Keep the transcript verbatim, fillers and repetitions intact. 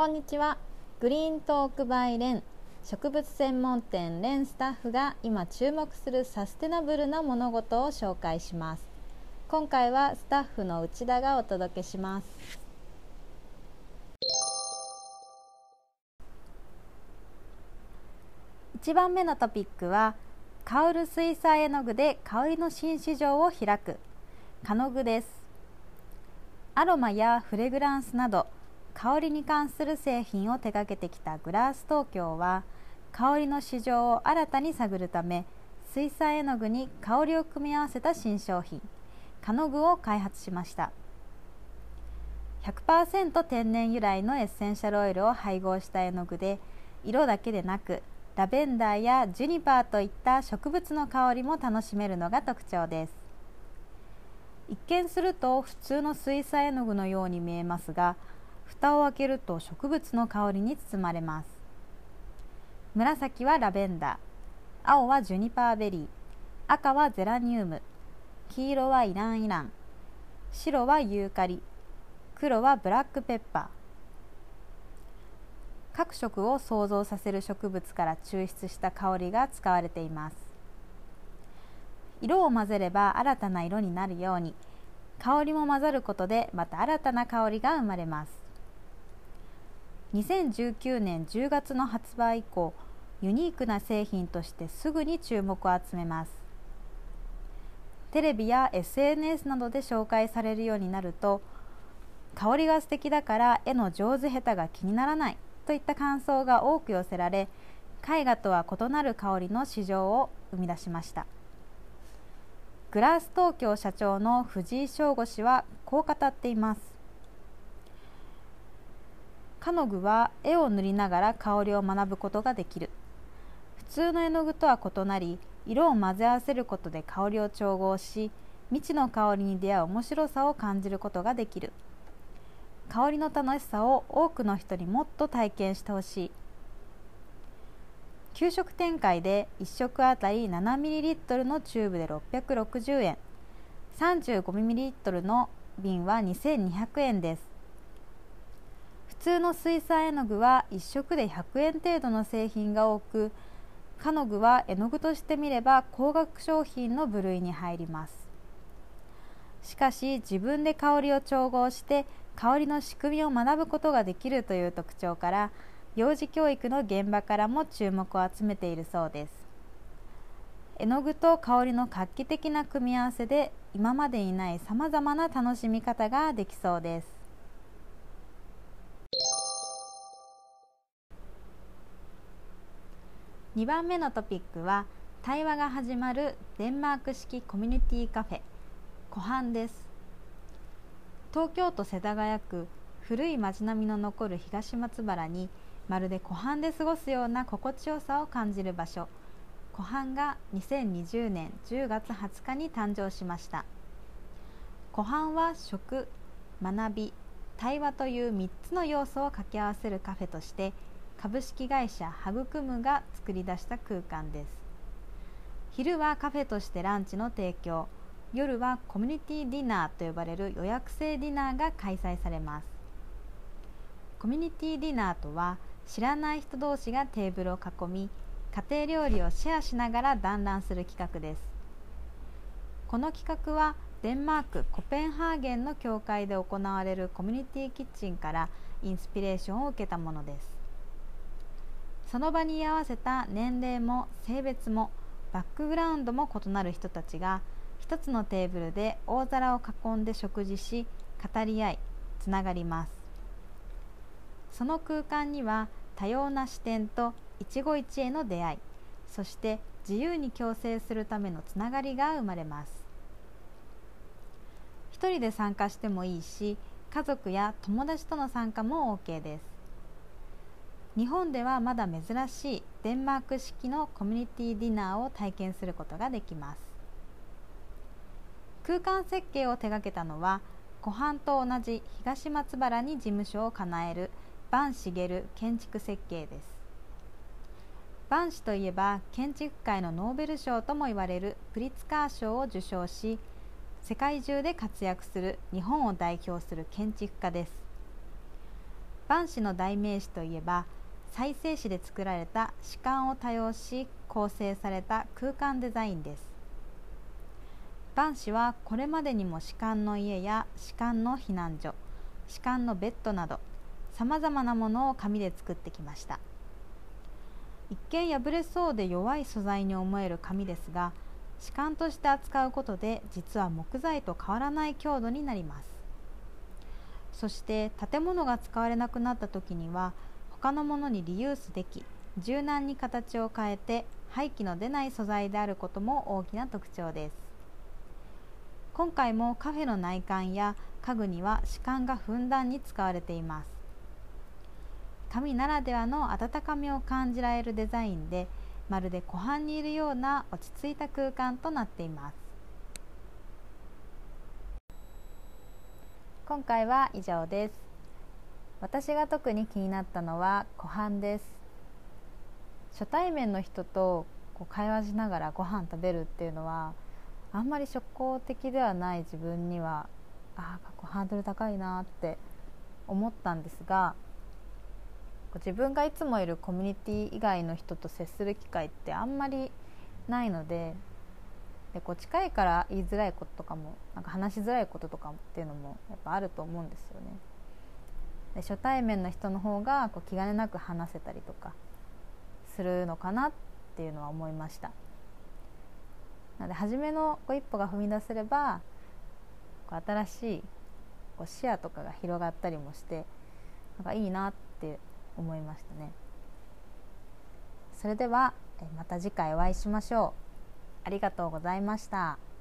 こんにちは。グリーントークバイレン、植物専門店レンスタッフが今注目するサステナブルな物事を紹介します。今回はスタッフの内田がお届けします。いちばんめのトピックは、香る水彩絵の具で香りの新市場を開く香の具です。アロマやフレグランスなど香りに関する製品を手掛けてきたグラース東京は、香りの市場を新たに探るため、水彩絵の具に香りを組み合わせた新商品香の具を開発しました。 ひゃくパーセント 天然由来のエッセンシャルオイルを配合した絵の具で、色だけでなくラベンダーやジュニパーといった植物の香りも楽しめるのが特徴です。一見すると普通の水彩絵の具のように見えますが、蓋を開けると植物の香りに包まれます。紫はラベンダー、青はジュニパーベリー、赤はゼラニウム、黄色はイランイラン、白はユーカリ、黒はブラックペッパー。各色を想像させる植物から抽出した香りが使われています。色を混ぜれば新たな色になるように、香りも混ざることでまた新たな香りが生まれます。にせんじゅうきゅうねんじゅうがつの発売以降、ユニークな製品としてすぐに注目を集めます。テレビや エスエヌエス などで紹介されるようになると、香りが素敵だから絵の上手下手が気にならないといった感想が多く寄せられ、絵画とは異なる香りの市場を生み出しました。グラース東京社長の藤井翔吾氏はこう語っています。香の具は絵を塗りながら香りを学ぶことができる。普通の絵の具とは異なり、色を混ぜ合わせることで香りを調合し、未知の香りに出会う面白さを感じることができる。香りの楽しさを多くの人にもっと体験してほしい。給食展開でいっ食あたり ななミリリットル のチューブでろっぴゃくろくじゅうえん、さんじゅうごミリリットル の瓶はにせんにひゃくえんです。普通の水彩絵の具はいっ食でひゃくえん程度の製品が多く、香の具は絵の具として見れば高額商品の部類に入ります。しかし自分で香りを調合して香りの仕組みを学ぶことができるという特徴から、幼児教育の現場からも注目を集めているそうです。絵の具と香りの画期的な組み合わせで、今までにないさまざまな楽しみ方ができそうです。にばんめのトピックは、対話が始まるデンマーク式コミュニティカフェ湖畔です。東京都世田谷区、古い街並みの残る東松原に、まるで湖畔で過ごすような心地よさを感じる場所、湖畔がにせんにじゅうねんじゅうがつはつかに誕生しました。湖畔は食、学び、対話というみっつの要素を掛け合わせるカフェとして、株式会社はぐくむが作り出した空間です。昼はカフェとしてランチの提供、夜はコミュニティディナーと呼ばれる予約制ディナーが開催されます。コミュニティディナーとは、知らない人同士がテーブルを囲み、家庭料理をシェアしながら団らんする企画です。この企画はデンマーク・コペンハーゲンの教会で行われるコミュニティキッチンからインスピレーションを受けたものです。その場に居合わせた年齢も性別もバックグラウンドも異なる人たちが、一つのテーブルで大皿を囲んで食事し、語り合い、つながります。その空間には多様な視点と一期一会の出会い、そして自由に共生するためのつながりが生まれます。一人で参加してもいいし、家族や友達との参加も OK です。日本ではまだ珍しいデンマーク式のコミュニティディナーを体験することができます。空間設計を手掛けたのは、湖畔と同じ東松原に事務所を構える坂茂建築設計です。坂氏といえば建築界のノーベル賞とも言われるプリツカー賞を受賞し、世界中で活躍する日本を代表する建築家です。 万紙の代名詞といえば、再生紙で作られた紙管を多用し構成された空間デザインです。万紙はこれまでにも紙管の家や紙管の避難所、紙管のベッドなどさまざまなものを紙で作ってきました。一見破れそうで弱い素材に思える紙ですが、紙管として扱うことで実は木材と変わらない強度になります。そして建物が使われなくなった時には他のものにリユースでき、柔軟に形を変えて廃棄の出ない素材であることも大きな特徴です。今回もカフェの内観や家具には紙管がふんだんに使われています。紙ならではの温かみを感じられるデザインで、まるで湖畔にいるような落ち着いた空間となっています。今回は以上です。私が特に気になったのは湖畔です。初対面の人とこう会話しながらご飯食べるっていうのはあんまり社交的ではない自分にはああハードル高いなって思ったんですが、自分がいつもいるコミュニティ以外の人と接する機会ってあんまりないので、でこう近いから言いづらいこととかもなんか話しづらいこととかっていうのもやっぱあると思うんですよね。で初対面の人の方がこう気兼ねなく話せたりとかするのかなっていうのは思いました。なので初めのこう一歩が踏み出せればこう新しいこう視野とかが広がったりもしてなんかいいなって思いましたね。それではまた次回お会いしましょう。ありがとうございました。